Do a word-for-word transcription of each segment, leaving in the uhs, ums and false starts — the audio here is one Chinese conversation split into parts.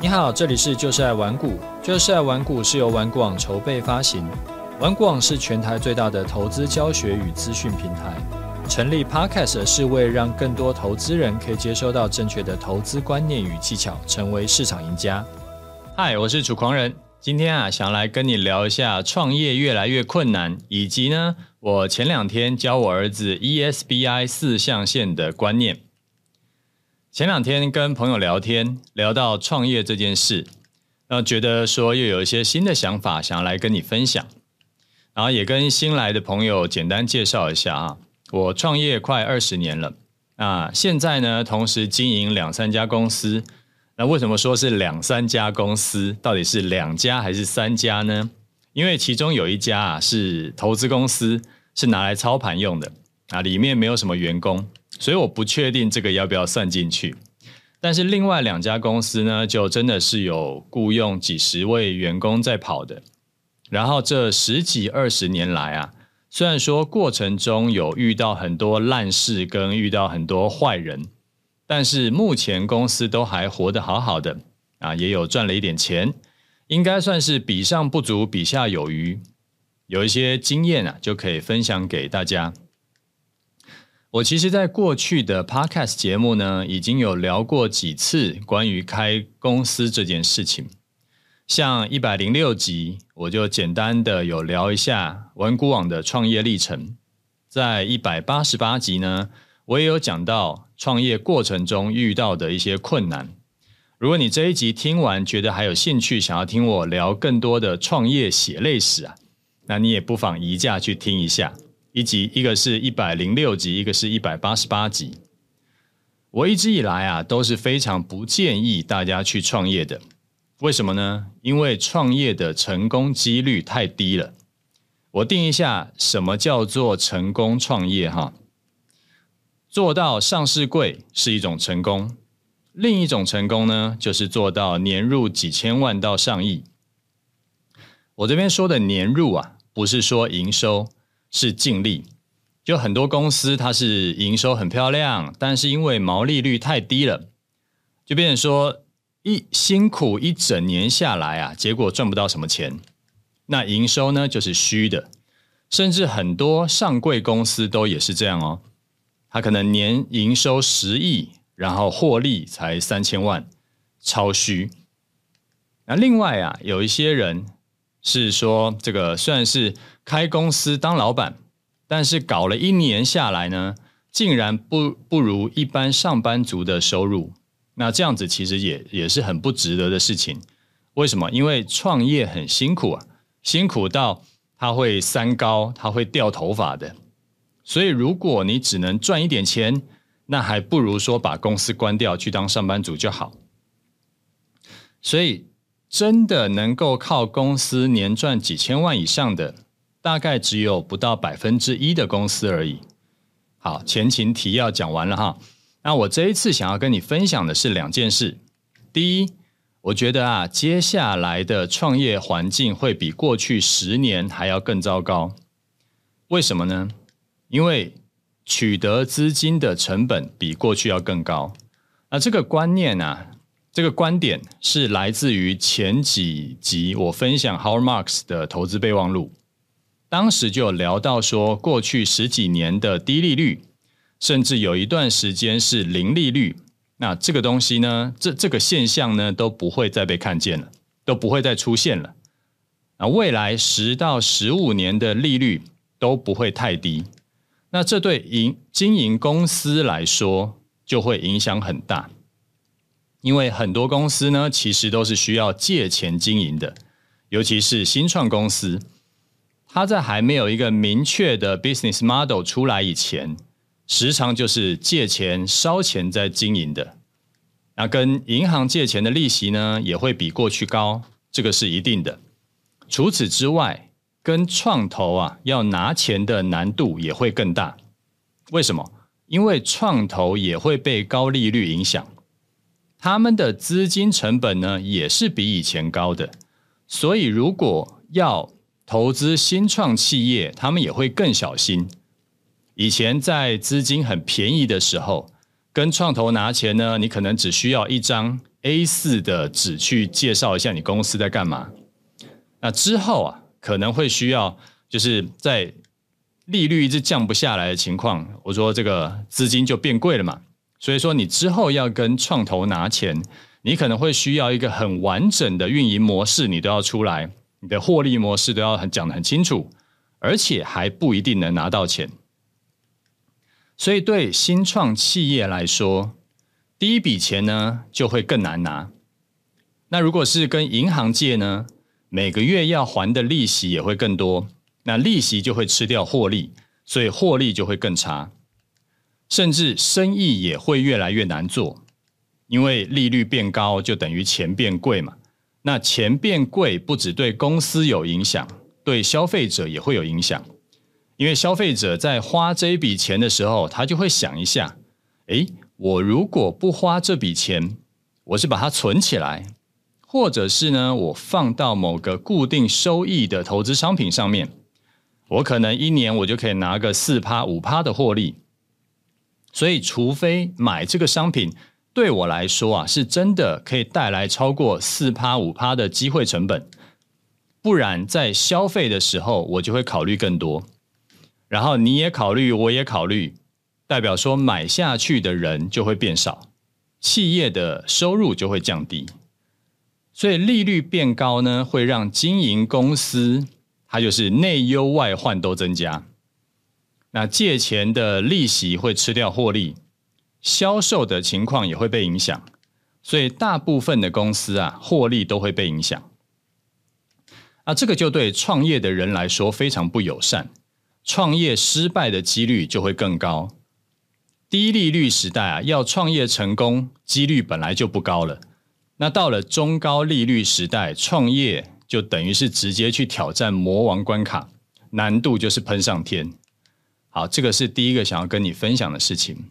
你好，这里是就是爱玩股。就是爱玩股是由玩股网筹备发行，玩股网是全台最大的投资教学与资讯平台。成立 Podcast 是为让更多投资人可以接收到正确的投资观念与技巧，成为市场赢家。嗨，我是楚狂人，今天啊，想来跟你聊一下创业越来越困难，以及呢，我前两天教我儿子 E S B I 四象限的观念。前两天跟朋友聊天，聊到创业这件事，然后觉得说又有一些新的想法，想要来跟你分享。然后也跟新来的朋友简单介绍一下啊，我创业快二十年了，那现在呢，同时经营两三家公司。那为什么说是两三家公司？到底是两家还是三家呢？因为其中有一家啊是投资公司，是拿来操盘用的啊，里面没有什么员工。所以我不确定这个要不要算进去，但是另外两家公司呢，就真的是有雇用几十位员工在跑的。然后这十几二十年来啊，虽然说过程中有遇到很多烂事跟遇到很多坏人，但是目前公司都还活得好好的啊，也有赚了一点钱，应该算是比上不足，比下有余。有一些经验啊，就可以分享给大家。我其实在过去的 Podcast 节目呢，已经有聊过几次关于开公司这件事情。像一百零六集，我就简单的有聊一下玩股网的创业历程。在一百八十八集呢，我也有讲到创业过程中遇到的一些困难。如果你这一集听完觉得还有兴趣，想要听我聊更多的创业血泪史啊，那你也不妨移驾去听一下。一集一个是一百零六集，一个是一百八十八集。我一直以来啊都是非常不建议大家去创业的。为什么呢？因为创业的成功几率太低了。我定一下什么叫做成功创业哈。做到上市柜是一种成功，另一种成功呢，就是做到年入几千万到上亿。我这边说的年入啊，不是说营收，是净利。就很多公司它是营收很漂亮，但是因为毛利率太低了，就变成说一辛苦一整年下来啊，结果赚不到什么钱。那营收呢就是虚的，甚至很多上柜公司都也是这样哦。它可能年营收十亿，然后获利才三千万，超虚。那另外啊，有一些人是说这个虽然是开公司当老板，但是搞了一年下来呢，竟然不不如一般上班族的收入。那这样子其实也也是很不值得的事情。为什么？因为创业很辛苦啊，辛苦到他会三高，他会掉头发的。所以如果你只能赚一点钱，那还不如说把公司关掉去当上班族就好。所以真的能够靠公司年赚几千万以上的，大概只有不到百分之一的公司而已。好，前情提要讲完了哈。那我这一次想要跟你分享的是两件事。第一，我觉得啊，接下来的创业环境会比过去十年还要更糟糕。为什么呢？因为取得资金的成本比过去要更高。那这个观念啊，这个观点是来自于前几集我分享 Howard Marks 的投资备忘录。当时就有聊到说，过去十几年的低利率，甚至有一段时间是零利率，那这个东西呢，这这个现象呢，都不会再被看见了，都不会再出现了。那未来十到十五年的利率都不会太低。那这对营经营公司来说就会影响很大，因为很多公司呢，其实都是需要借钱经营的，尤其是新创公司，它在还没有一个明确的 business model 出来以前，时常就是借钱烧钱在经营的。那跟银行借钱的利息呢，也会比过去高，这个是一定的。除此之外，跟创投啊要拿钱的难度也会更大。为什么？因为创投也会被高利率影响，他们的资金成本呢也是比以前高的，所以如果要投资新创企业，他们也会更小心。以前在资金很便宜的时候，跟创投拿钱呢，你可能只需要一张 A 四 的纸去介绍一下你公司在干嘛。那之后啊，可能会需要就是在利率一直降不下来的情况，我说这个资金就变贵了嘛。所以说你之后要跟创投拿钱，你可能会需要一个很完整的运营模式，你都要出来，你的获利模式都要很讲得很清楚，而且还不一定能拿到钱。所以对新创企业来说，第一笔钱呢就会更难拿。那如果是跟银行借呢，每个月要还的利息也会更多，那利息就会吃掉获利，所以获利就会更差，甚至生意也会越来越难做，因为利率变高就等于钱变贵嘛。那钱变贵不只对公司有影响，对消费者也会有影响。因为消费者在花这一笔钱的时候，他就会想一下，诶，我如果不花这笔钱，我是把它存起来，或者是呢，我放到某个固定收益的投资商品上面，我可能一年我就可以拿个 百分之四、百分之五 的获利。所以除非买这个商品对我来说啊，是真的可以带来超过 百分之四、百分之五 的机会成本，不然在消费的时候我就会考虑更多。然后你也考虑，我也考虑，代表说买下去的人就会变少，企业的收入就会降低。所以利率变高呢，会让经营公司它就是内忧外患都增加。那借钱的利息会吃掉获利，销售的情况也会被影响，所以大部分的公司啊，获利都会被影响。啊，这个就对创业的人来说非常不友善。创业失败的几率就会更高。低利率时代啊，要创业成功几率本来就不高了。那到了中高利率时代，创业就等于是直接去挑战魔王关卡，难度就是喷上天。好，这个是第一个想要跟你分享的事情。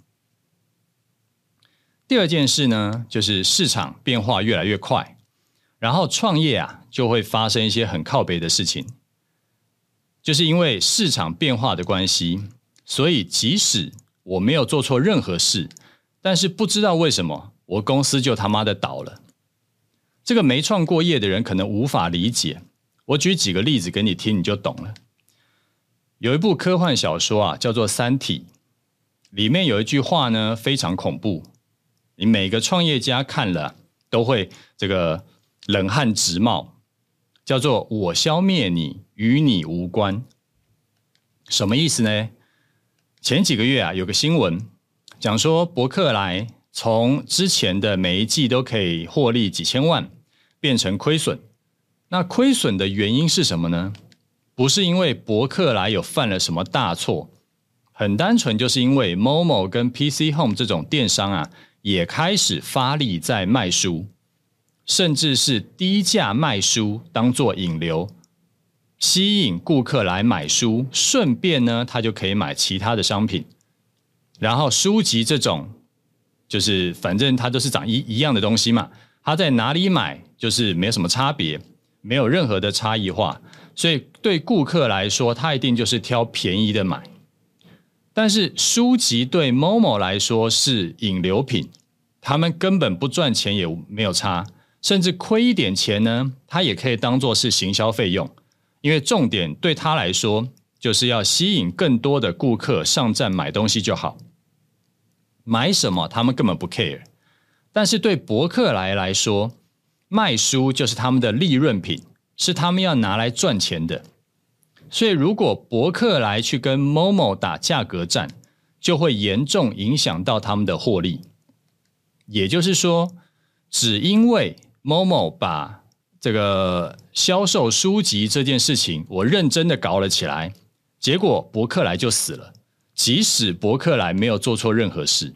第二件事呢，就是市场变化越来越快，然后创业啊就会发生一些很靠北的事情。就是因为市场变化的关系，所以即使我没有做错任何事，但是不知道为什么我公司就他妈的倒了。这个没创过业的人可能无法理解，我举几个例子给你听你就懂了。有一部科幻小说啊，叫做《三体》，里面有一句话呢非常恐怖，你每个创业家看了都会这个冷汗直冒，叫做我消灭你，与你无关。什么意思呢？前几个月啊，有个新闻讲说伯克莱从之前的每一季都可以获利几千万，变成亏损。那亏损的原因是什么呢？不是因为伯克莱有犯了什么大错，很单纯就是因为 Momo 跟 P C Home 这种电商啊，也开始发力在卖书，甚至是低价卖书当作引流，吸引顾客来买书，顺便呢他就可以买其他的商品。然后书籍这种就是反正它都是长一一样的东西嘛，它在哪里买就是没有什么差别，没有任何的差异化，所以对顾客来说他一定就是挑便宜的买。但是书籍对 Momo 来说是引流品，他们根本不赚钱也没有差，甚至亏一点钱呢，它也可以当作是行销费用，因为重点对他来说就是要吸引更多的顾客上站买东西就好。买什么他们根本不 care， 但是对伯克莱来说，卖书就是他们的利润品，是他们要拿来赚钱的。所以如果伯克莱去跟 Momo 打价格战，就会严重影响到他们的获利。也就是说，只因为 Momo 把这个销售书籍这件事情我认真的搞了起来，结果伯克莱就死了，即使伯克莱没有做错任何事。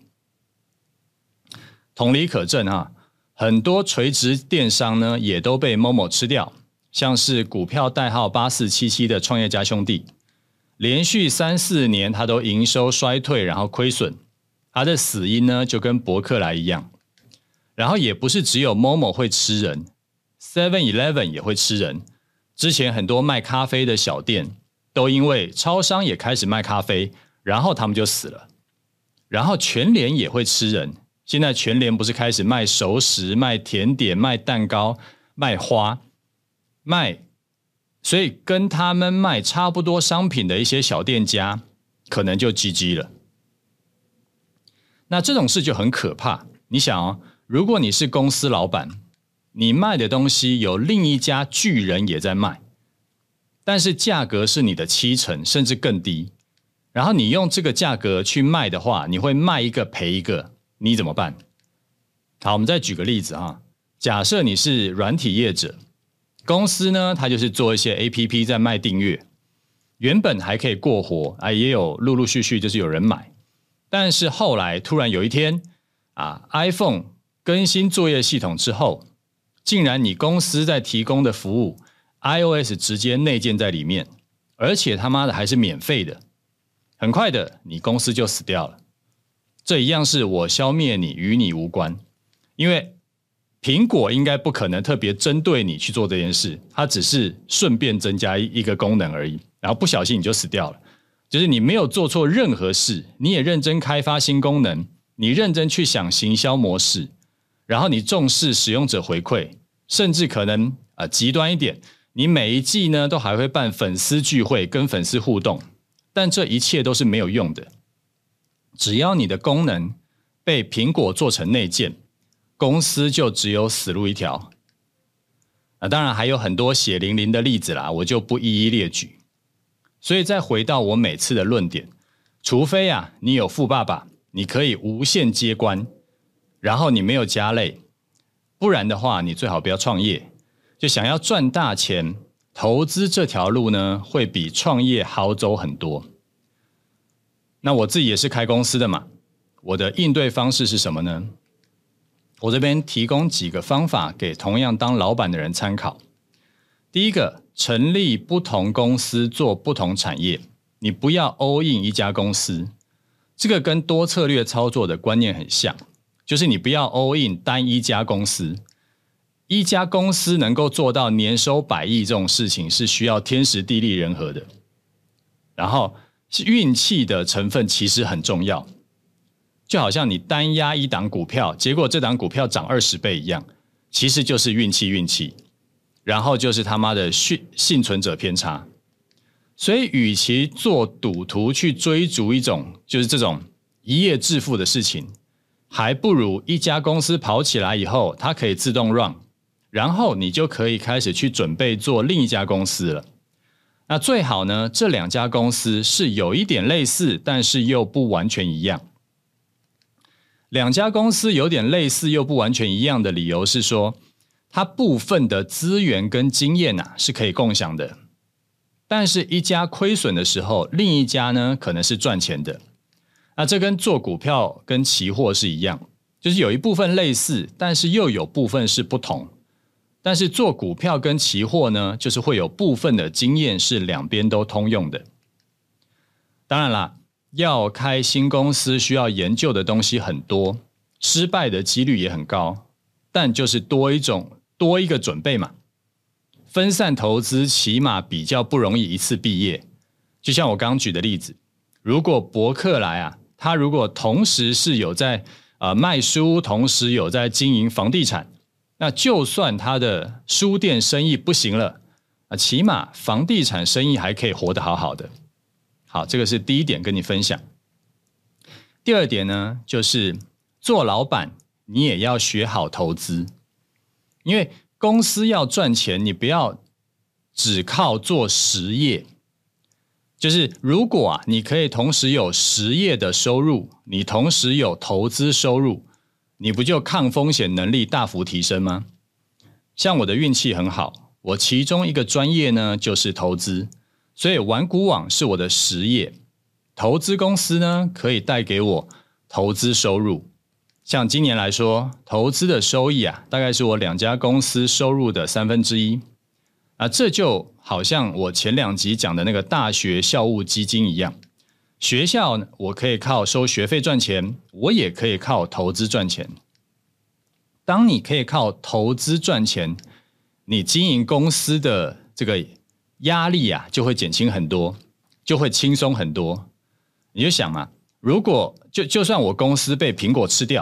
同理可证啊，很多垂直电商呢也都被 Momo 吃掉，像是股票代号八四七七的创业家兄弟，连续三四年他都营收衰退，然后亏损，他的死因呢就跟伯克莱一样。然后也不是只有 Momo 会吃人， seven eleven 也会吃人。之前很多卖咖啡的小店都因为超商也开始卖咖啡，然后他们就死了。然后全联也会吃人， 现在全联不是开始卖熟食、卖甜点、卖蛋糕、卖花、卖，所以跟他们卖差不多商品的一些小店家，可能就 G G 了。那这种事就很可怕。你想哦，如果你是公司老板，你卖的东西有另一家巨人也在卖，但是价格是你的七成甚至更低，然后你用这个价格去卖的话，你会卖一个赔一个，你怎么办？好，我们再举个例子哈，假设你是软体业者，公司呢，它就是做一些 A P P 在卖订阅，原本还可以过活啊，也有陆陆续续就是有人买，但是后来突然有一天啊 ，iPhone 更新作业系统之后，竟然你公司在提供的服务 iOS 直接内建在里面，而且他妈的还是免费的，很快的你公司就死掉了。这一样是我消灭你，与你无关，因为苹果应该不可能特别针对你去做这件事，它只是顺便增加一个功能而已，然后不小心你就死掉了。就是你没有做错任何事，你也认真开发新功能，你认真去想行销模式，然后你重视使用者回馈，甚至可能、呃、极端一点，你每一季呢都还会办粉丝聚会跟粉丝互动，但这一切都是没有用的。只要你的功能被苹果做成内建，公司就只有死路一条。啊，当然还有很多血淋淋的例子啦，我就不一一列举。所以再回到我每次的论点，除非啊你有富爸爸，你可以无限接关，然后你没有家累，不然的话你最好不要创业。就想要赚大钱，投资这条路呢会比创业好走很多。那我自己也是开公司的嘛，我的应对方式是什么呢？我这边提供几个方法给同样当老板的人参考。第一个，成立不同公司做不同产业，你不要 all in 一家公司。这个跟多策略操作的观念很像，就是你不要 all in 单一家公司。一家公司能够做到年收百亿这种事情是需要天时地利人和的，然后运气的成分其实很重要，就好像你单押一档股票，结果这档股票涨二十倍一样，其实就是运气运气，然后就是他妈的幸存者偏差。所以与其做赌徒去追逐一种就是这种一夜致富的事情，还不如一家公司跑起来以后它可以自动 run， 然后你就可以开始去准备做另一家公司了。那最好呢，这两家公司是有一点类似，但是又不完全一样。两家公司有点类似又不完全一样的理由是说，它部分的资源跟经验啊是可以共享的，但是一家亏损的时候，另一家呢可能是赚钱的。那这跟做股票跟期货是一样，就是有一部分类似，但是又有部分是不同。但是做股票跟期货呢，就是会有部分的经验是两边都通用的。当然啦，要开新公司需要研究的东西很多，失败的几率也很高，但就是多一种多一个准备嘛。分散投资起码比较不容易一次毕业。就像我刚刚举的例子，如果伯克莱啊，他如果同时是有在、呃、卖书，同时有在经营房地产，那就算他的书店生意不行了，起码房地产生意还可以活得好好的。好，这个是第一点跟你分享。第二点呢，就是做老板你也要学好投资，因为公司要赚钱，你不要只靠做实业。就是如果啊，你可以同时有实业的收入，你同时有投资收入，你不就抗风险能力大幅提升吗？像我的运气很好，我其中一个专业呢就是投资，所以玩股网是我的实业，投资公司呢可以带给我投资收入。像今年来说，投资的收益啊，大概是我两家公司收入的三分之一啊，这就好像我前两集讲的那个大学校务基金一样。学校我可以靠收学费赚钱，我也可以靠投资赚钱。当你可以靠投资赚钱，你经营公司的这个压力啊就会减轻很多，就会轻松很多。你就想嘛，如果就就算我公司被苹果吃掉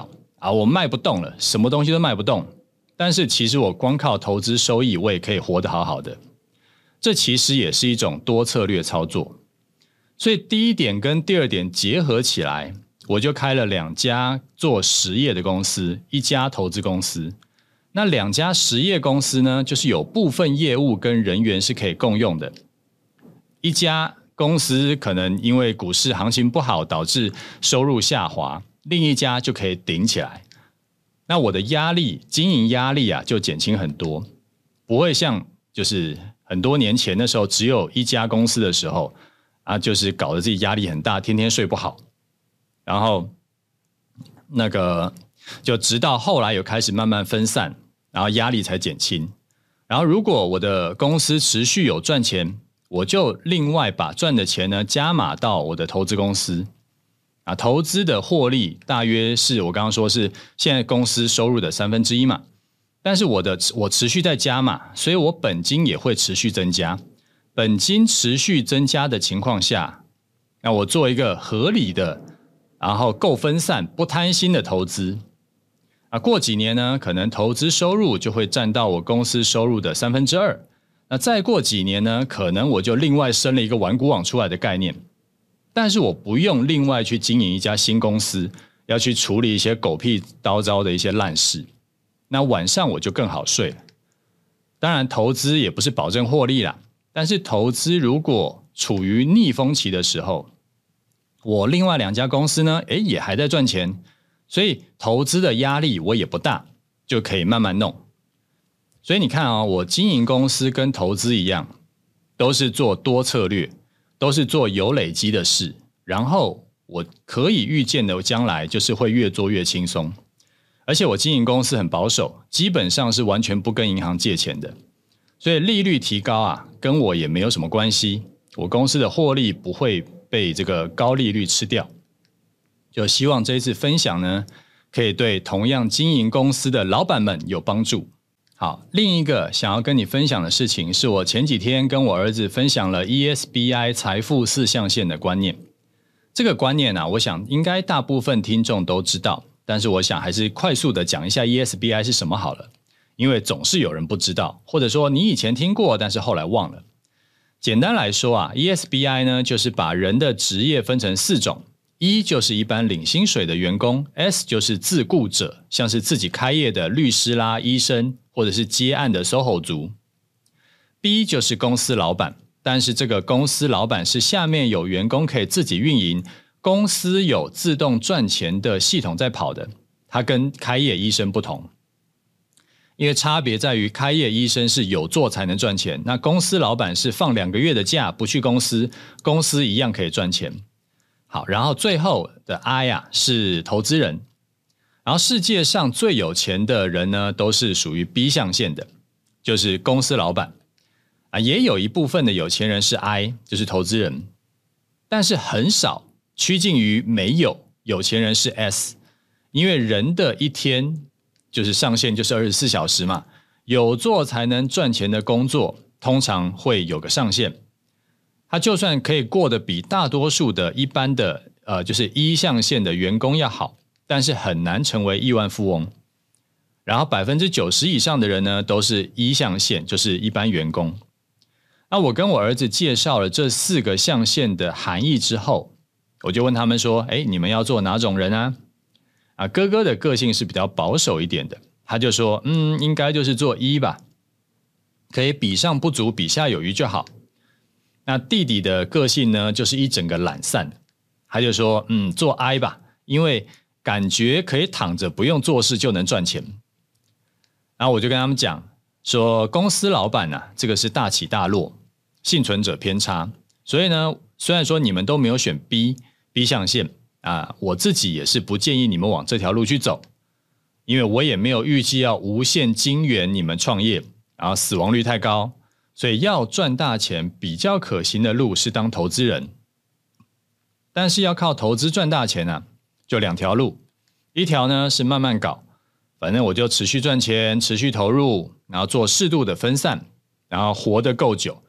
啊，我卖不动了，什么东西都卖不动，但是其实我光靠投资收益，我也可以活得好好的。这其实也是一种多策略操作。所以第一点跟第二点结合起来，我就开了两家做实业的公司，一家投资公司。那两家实业公司呢，就是有部分业务跟人员是可以共用的。一家公司可能因为股市行情不好导致收入下滑，另一家就可以顶起来。那我的压力，经营压力啊就减轻很多，不会像就是很多年前的时候只有一家公司的时候啊，就是搞得自己压力很大，天天睡不好。然后那个就直到后来有开始慢慢分散，然后压力才减轻。然后如果我的公司持续有赚钱，我就另外把赚的钱呢加码到我的投资公司啊，投资的获利大约是我刚刚说是现在公司收入的三分之一嘛，但是我的我持续在加码，所以我本金也会持续增加。本金持续增加的情况下，那我做一个合理的，然后够分散、不贪心的投资啊，过几年呢，可能投资收入就会占到我公司收入的三分之二。那再过几年呢，可能我就另外生了一个玩股网出来的概念，但是我不用另外去经营一家新公司，要去处理一些狗屁叨糟的一些烂事。那晚上我就更好睡了。当然，投资也不是保证获利啦，但是投资如果处于逆风期的时候，我另外两家公司呢，诶，也还在赚钱，所以投资的压力我也不大，就可以慢慢弄。所以你看啊、哦，我经营公司跟投资一样，都是做多策略，都是做有累积的事，然后我可以预见的将来就是会越做越轻松。而且我经营公司很保守，基本上是完全不跟银行借钱的，所以利率提高啊，跟我也没有什么关系。我公司的获利不会被这个高利率吃掉。就希望这一次分享呢，可以对同样经营公司的老板们有帮助。好，另一个想要跟你分享的事情，是我前几天跟我儿子分享了 E S B I 财富四象限的观念。这个观念啊，我想应该大部分听众都知道，但是我想还是快速的讲一下 E S B I 是什么好了，因为总是有人不知道，或者说你以前听过，但是后来忘了。简单来说啊 ，E S B I 呢，就是把人的职业分成四种。E 就是一般领薪水的员工 ，S 就是自雇者，像是自己开业的律师啦、医生，或者是接案的 S O H O 族。B 就是公司老板，但是这个公司老板是下面有员工可以自己运营，公司有自动赚钱的系统在跑的，它跟开业医生不同。因为差别在于开业医生是有做才能赚钱，那公司老板是放两个月的假不去公司，公司一样可以赚钱。好，然后最后的 I 啊是投资人，然后世界上最有钱的人呢都是属于 B 象限的，就是公司老板啊，也有一部分的有钱人是 I， 就是投资人，但是很少，趋近于没有有钱人是 S， 因为人的一天就是上限就是二十四小时嘛，有做才能赚钱的工作通常会有个上限。他就算可以过得比大多数的一般的呃，就是一象限的员工要好，但是很难成为亿万富翁。然后 百分之九十 以上的人呢，都是一象限，就是一般员工。那我跟我儿子介绍了这四个象限的含义之后，我就问他们说，哎，你们要做哪种人啊？啊，哥哥的个性是比较保守一点的，他就说，嗯，应该就是做一吧，可以比上不足，比下有余就好。那弟弟的个性呢，就是一整个懒散，他就说，嗯，做 I 吧，因为感觉可以躺着不用做事就能赚钱。然后我就跟他们讲说，公司老板啊，这个是大起大落，幸存者偏差。所以呢，虽然说你们都没有选 B B 象限啊，我自己也是不建议你们往这条路去走，因为我也没有预计要无限金援你们创业，然后死亡率太高。所以要赚大钱比较可行的路是当投资人，但是要靠投资赚大钱啊，就两条路，一条呢是慢慢搞，反正我就持续赚钱，持续投入，然后做适度的分散，然后活得够久，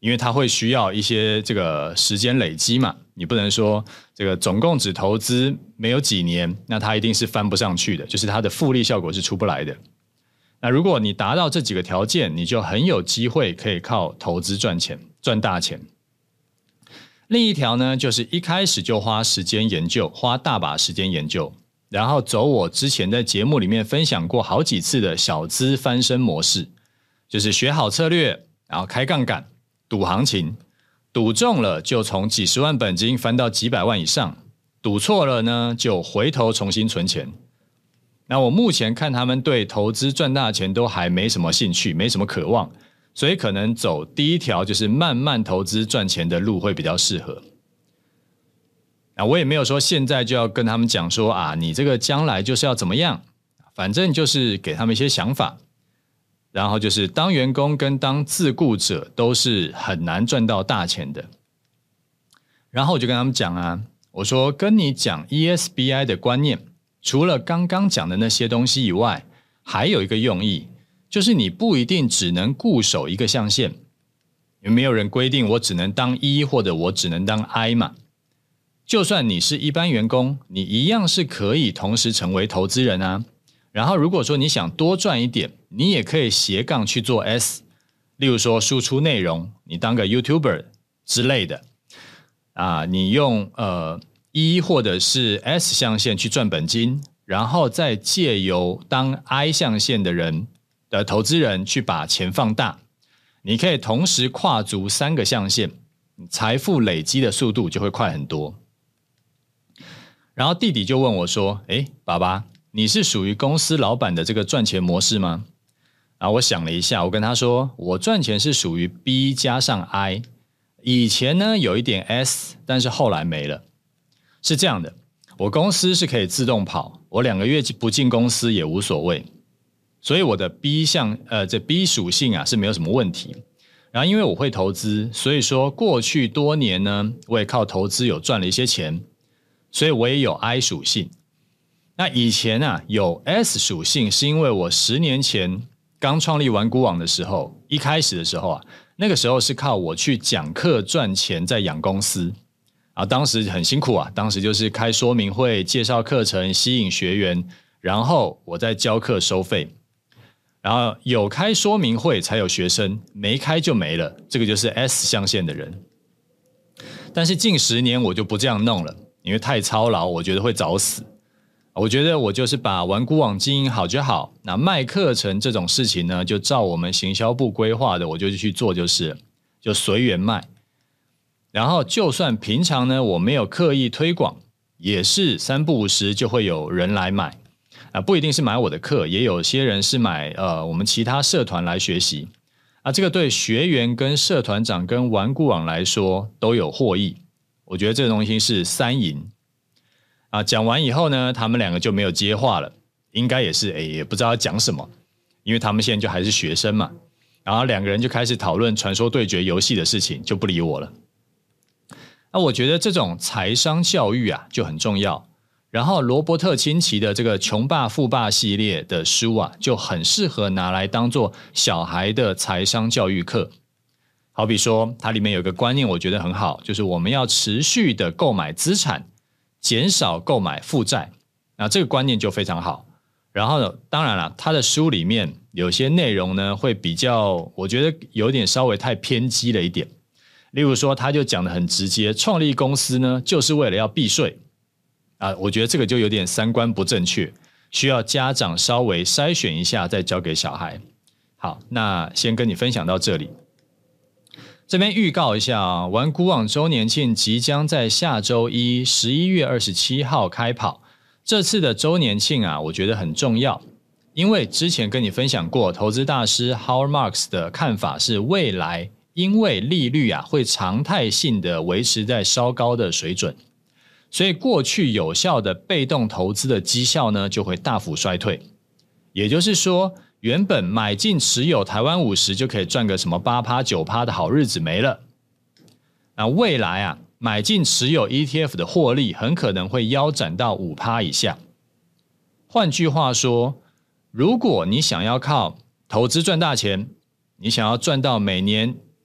因为它会需要一些这个时间累积嘛，你不能说这个总共只投资没有几年，那它一定是翻不上去的，就是它的复利效果是出不来的。那如果你达到这几个条件，你就很有机会可以靠投资赚钱，赚大钱。另一条呢，就是一开始就花时间研究，花大把时间研究，然后走我之前在节目里面分享过好几次的小资翻身模式，就是学好策略，然后开杠杆，赌行情，赌中了就从几十万本金翻到几百万以上，赌错了呢就回头重新存钱。那我目前看他们对投资赚大钱都还没什么兴趣，没什么渴望，所以可能走第一条就是慢慢投资赚钱的路会比较适合。那我也没有说现在就要跟他们讲说啊，你这个将来就是要怎么样，反正就是给他们一些想法。然后就是当员工跟当自雇者都是很难赚到大钱的。然后我就跟他们讲啊，我说跟你讲 E S B I 的观念，除了刚刚讲的那些东西以外，还有一个用意，就是你不一定只能固守一个象限，因为没有人规定我只能当 E 或者我只能当 I 嘛。就算你是一般员工，你一样是可以同时成为投资人啊。然后如果说你想多赚一点，你也可以斜杠去做 S， 例如说输出内容，你当个 YouTuber 之类的啊，你用呃 E 或者是 S 象限去赚本金，然后再借由当 I 象限的人的投资人去把钱放大，你可以同时跨足三个象限，财富累积的速度就会快很多。然后弟弟就问我说，诶，爸爸，你是属于公司老板的这个赚钱模式吗？啊，我想了一下，我跟他说，我赚钱是属于 B 加上 I， 以前呢有一点 S， 但是后来没了。是这样的，我公司是可以自动跑，我两个月不进公司也无所谓，所以我的 B 项呃这 B 属性啊是没有什么问题。然后因为我会投资，所以说过去多年呢，我也靠投资有赚了一些钱，所以我也有 I 属性。那以前啊有 S 属性，是因为我十年前刚创立玩股网的时候，一开始的时候啊，那个时候是靠我去讲课赚钱在养公司啊，当时很辛苦啊，当时就是开说明会、介绍课程、吸引学员，然后我再教课收费，然后有开说明会才有学生，没开就没了，这个就是 S 象限的人。但是近十年我就不这样弄了，因为太操劳，我觉得会早死。我觉得我就是把玩股网经营好就好，那卖课程这种事情呢，就照我们行销部规划的，我就去做就是了，就随缘卖。然后就算平常呢我没有刻意推广，也是三不五时就会有人来买啊，不一定是买我的课，也有些人是买呃我们其他社团来学习啊，这个对学员跟社团长跟玩股网来说都有获益。我觉得这个东西是三赢。啊，讲完以后呢，他们两个就没有接话了，应该也是诶，也不知道要讲什么，因为他们现在就还是学生嘛。然后两个人就开始讨论传说对决游戏的事情，就不理我了。那我觉得这种财商教育啊就很重要。然后罗伯特清崎的这个穷爸富爸系列的书啊，就很适合拿来当做小孩的财商教育课。好比说，它里面有一个观念，我觉得很好，就是我们要持续的购买资产，减少购买负债，那这个观念就非常好。然后呢，当然了，他的书里面有些内容呢会比较，我觉得有点稍微太偏激了一点。例如说，他就讲得很直接，创立公司呢就是为了要避税啊，我觉得这个就有点三观不正确，需要家长稍微筛选一下再教给小孩。好，那先跟你分享到这里。这边预告一下啊，玩股网周年庆即将在下周一十一月二十七号开跑。这次的周年庆啊，我觉得很重要，因为之前跟你分享过，投资大师 Howard Marks 的看法是，未来因为利率啊会常态性的维持在稍高的水准，所以过去有效的被动投资的绩效呢就会大幅衰退。也就是说，原本买进持有台湾五十就可以赚个什么 百分之八、百分之九 的好日子没了。那未来啊，买进持有 E T F 的获利很可能会腰斩到 百分之五 以下。换句话说，如果你想要靠投资赚大钱，你想要赚到每年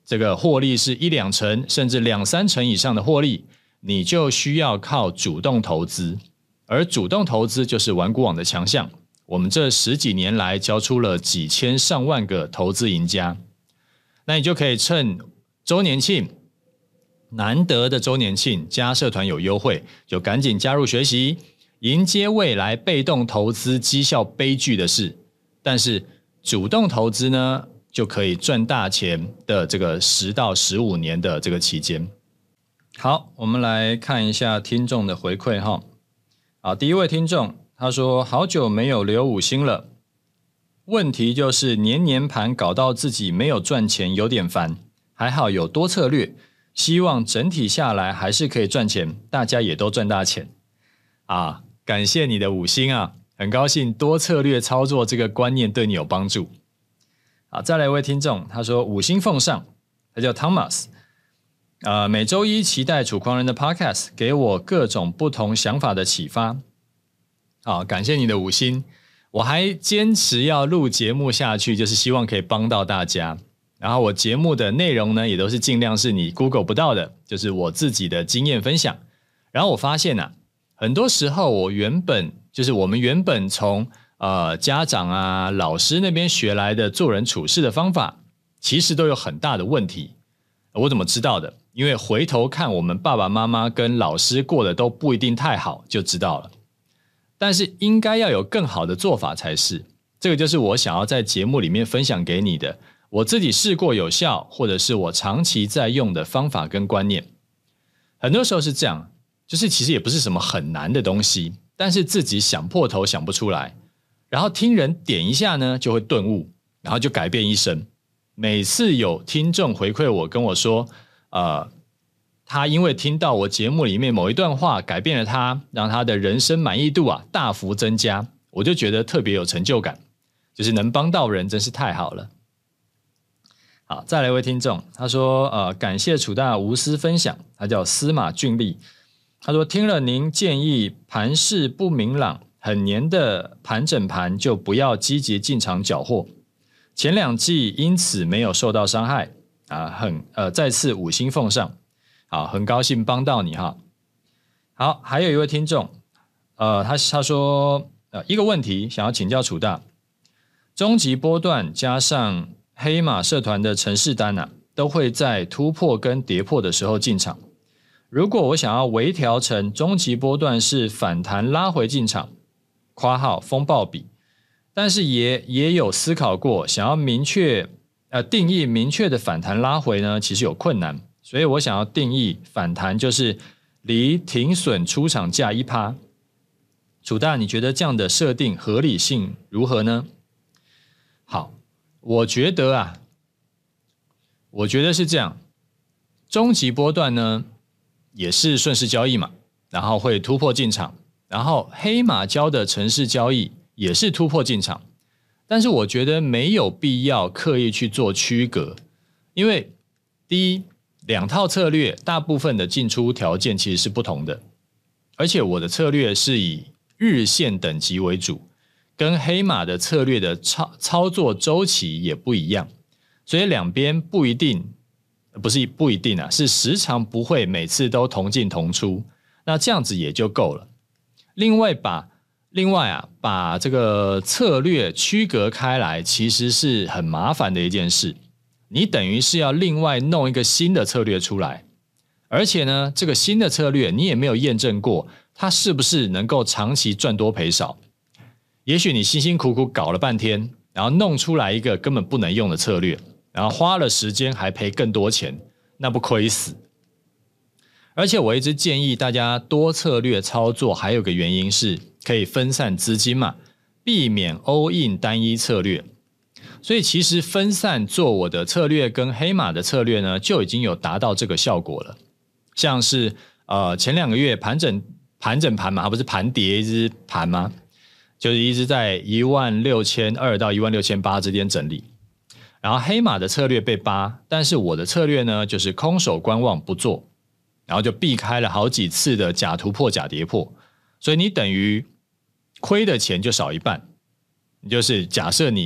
这个获利是一两成甚至两三成以上的获利，你就需要靠主动投资，而主动投资就是玩股网的强项。我们这十几年来教出了几千上万个投资赢家，那你就可以趁周年庆，难得的周年庆加社团有优惠，就赶紧加入学习，迎接未来被动投资绩效悲剧的事。但是主动投资呢，就可以赚大钱的这个十到十五年的这个期间。 好，我们来看一下听众的回馈哈。好，第一位听众他说好久没有留五星了，问题就是年年盘搞到自己没有赚钱，有点烦，还好有多策略，希望整体下来还是可以赚钱，大家也都赚大钱啊！感谢你的五星啊，很高兴多策略操作这个观念对你有帮助。好，再来一位听众，他说五星奉上，他叫 Thomas， 呃，每周一期待楚狂人的 Podcast， 给我各种不同想法的启发。好，感谢你的五星，我还坚持要录节目下去，就是希望可以帮到大家。然后我节目的内容呢，也都是尽量是你 Google 不到的，就是我自己的经验分享。然后我发现啊，很多时候我原本就是我们原本从呃家长啊、老师那边学来的做人处事的方法，其实都有很大的问题。我怎么知道的？因为回头看我们爸爸妈妈跟老师过得都不一定太好，就知道了。但是应该要有更好的做法才是，这个就是我想要在节目里面分享给你的，我自己试过有效，或者是我长期在用的方法跟观念。很多时候是这样，就是其实也不是什么很难的东西，但是自己想破头想不出来，然后听人点一下呢，就会顿悟，然后就改变一生。每次有听众回馈我跟我说，呃。他因为听到我节目里面某一段话改变了他，让他的人生满意度啊大幅增加，我就觉得特别有成就感，就是能帮到人真是太好了。好，再来一位听众，他说呃感谢楚大无私分享，他叫司马俊利，他说听了您建议盘势不明朗很黏的盘整盘就不要积极进场缴获，前两季因此没有受到伤害啊，很呃再次五星奉上。好，很高兴帮到你哈。好，还有一位听众，呃，他他说，呃，一个问题想要请教楚大，中级波段加上黑马社团的程式单啊，都会在突破跟跌破的时候进场。如果我想要微调成中级波段是反弹拉回进场，括号风暴比，但是也也有思考过，想要明确呃定义明确的反弹拉回呢，其实有困难。所以我想要定义反弹就是离停损出场价 百分之一。 楚大，你觉得这样的设定合理性如何呢？好，我觉得啊，我觉得是这样，中级波段呢也是顺势交易嘛，然后会突破进场，然后黑马交的程式交易也是突破进场，但是我觉得没有必要刻意去做区隔，因为第一，两套策略大部分的进出条件其实是不同的，而且我的策略是以日线等级为主，跟黑马的策略的操操作周期也不一样，所以两边不一定，不是不一定啊，是时常不会每次都同进同出，那这样子也就够了。另外把另外啊把这个策略区隔开来，其实是很麻烦的一件事。你等于是要另外弄一个新的策略出来，而且呢，这个新的策略你也没有验证过，它是不是能够长期赚多赔少？也许你辛辛苦苦搞了半天，然后弄出来一个根本不能用的策略，然后花了时间还赔更多钱，那不亏死？而且我一直建议大家多策略操作，还有个原因是可以分散资金嘛，避免 all in 单一策略。所以其实分散做我的策略跟黑马的策略呢，就已经有达到这个效果了。像是呃前两个月盘整盘整盘嘛，它不是盘跌一直盘吗？就是一直在一万六千二到一万六千八之间整理。然后黑马的策略被扒，但是我的策略呢，就是空手观望不做，然后就避开了好几次的假突破假跌破，所以你等于亏的钱就少一半。你就是假设你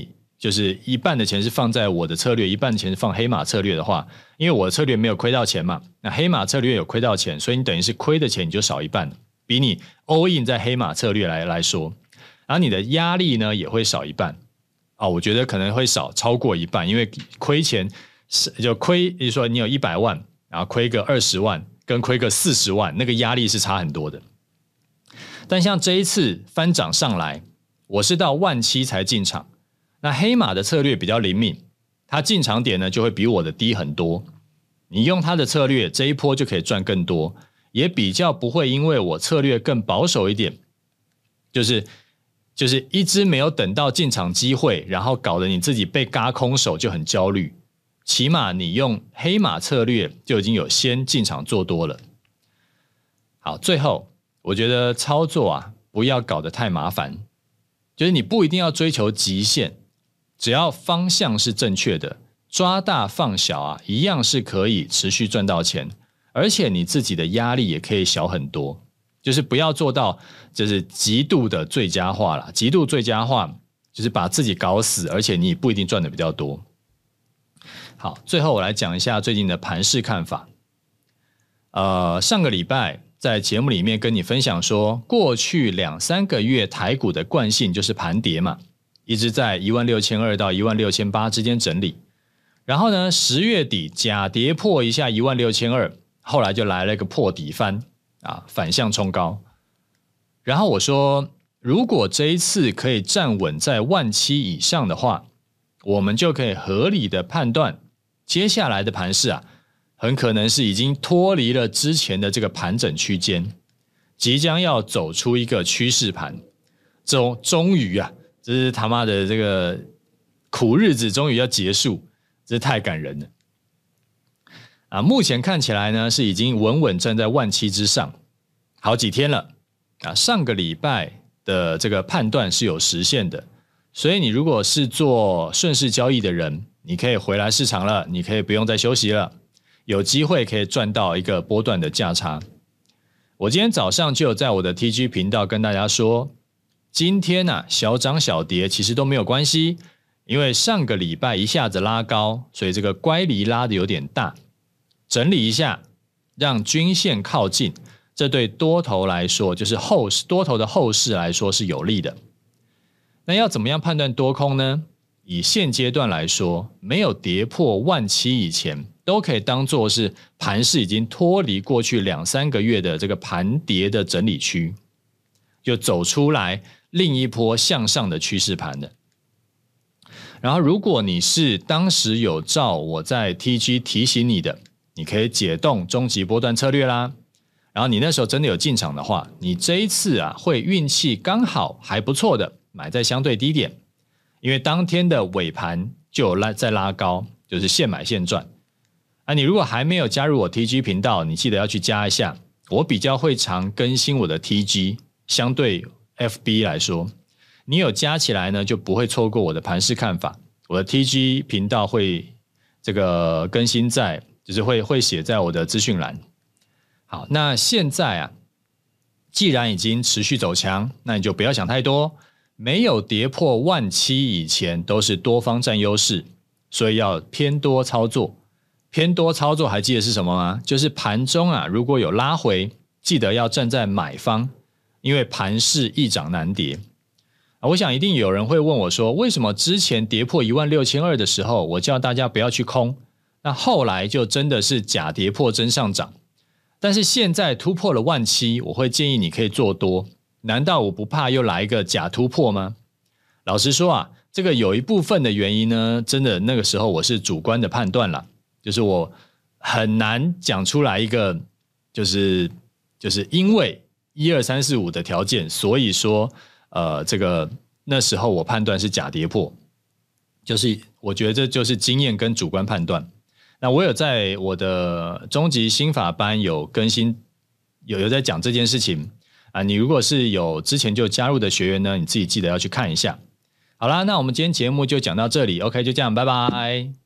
就是一半的钱是放在我的策略，一半的钱是放黑马策略的话，因为我的策略没有亏到钱嘛，那黑马策略有亏到钱，所以你等于是亏的钱你就少一半，比你 all in 在黑马策略来来说，然后你的压力呢也会少一半啊、哦，我觉得可能会少超过一半，因为亏钱就亏，比如说你有一百万，然后亏个二十万，跟亏个四十万，那个压力是差很多的。但像这一次翻涨上来，我是到万七才进场，那黑马的策略比较灵敏，它进场点呢就会比我的低很多。你用它的策略，这一波就可以赚更多，也比较不会因为我策略更保守一点，就是就是一直没有等到进场机会，然后搞得你自己被嘎空手就很焦虑。起码你用黑马策略就已经有先进场做多了。好，最后我觉得操作啊，不要搞得太麻烦，就是你不一定要追求极限，只要方向是正确的，抓大放小啊，一样是可以持续赚到钱，而且你自己的压力也可以小很多。就是不要做到就是极度的最佳化啦，极度最佳化就是把自己搞死，而且你也不一定赚的比较多。好，最后我来讲一下最近的盘势看法。呃，上个礼拜在节目里面跟你分享说，过去两三个月台股的惯性就是盘跌嘛，一直在一万六千二到一万六千八之间整理。然后呢，十月底假跌破一下一万六千二，后来就来了一个破底翻啊，反向冲高。然后我说，如果这一次可以站稳在万七以上的话，我们就可以合理的判断，接下来的盘势啊，很可能是已经脱离了之前的这个盘整区间，即将要走出一个趋势盘。终终于啊，这是他妈的这个苦日子终于要结束，这太感人了啊！目前看起来呢，是已经稳稳站在万七之上好几天了啊。上个礼拜的这个判断是有实现的。所以你如果是做顺势交易的人，你可以回来市场了，你可以不用再休息了，有机会可以赚到一个波段的价差。我今天早上就有在我的 T G 频道跟大家说，今天啊小涨小跌其实都没有关系，因为上个礼拜一下子拉高，所以这个乖离拉的有点大，整理一下，让均线靠近，这对多头来说，就是后多头的后市来说是有利的。那要怎么样判断多空呢？以现阶段来说，没有跌破万七以前，都可以当作是盘势已经脱离过去两三个月的这个盘跌的整理区，就走出来另一波向上的趋势盘的。然后如果你是当时有照我在 T G 提醒你的，你可以解冻终极波段策略啦。然后你那时候真的有进场的话，你这一次啊会运气刚好还不错的买在相对低点，因为当天的尾盘就有拉在拉高，就是现买现赚。啊，你如果还没有加入我 T G 频道，你记得要去加一下。我比较会常更新我的 T G， 相对 F B 来说，你有加起来呢，就不会错过我的盘势看法。我的 T G 频道会这个更新在，就是会会写在我的资讯栏。好，那现在啊，既然已经持续走强，那你就不要想太多。没有跌破万七以前都是多方占优势，所以要偏多操作。偏多操作还记得是什么吗？就是盘中啊，如果有拉回，记得要站在买方，因为盘势易涨难跌。啊，我想一定有人会问我说，为什么之前跌破一万六千二的时候，我叫大家不要去空，那后来就真的是假跌破真上涨？但是现在突破了万七，我会建议你可以做多。难道我不怕又来一个假突破吗？老实说啊，这个有一部分的原因呢，真的那个时候我是主观的判断啦，就是我很难讲出来一个，就是就是因为一二三四五的条件，所以说呃，这个那时候我判断是假跌破，就是我觉得这就是经验跟主观判断。那我有在我的终极心法班有更新，有有在讲这件事情。啊，你如果是有之前就加入的学员呢，你自己记得要去看一下。好啦，那我们今天节目就讲到这里 ，OK， 就这样，拜拜。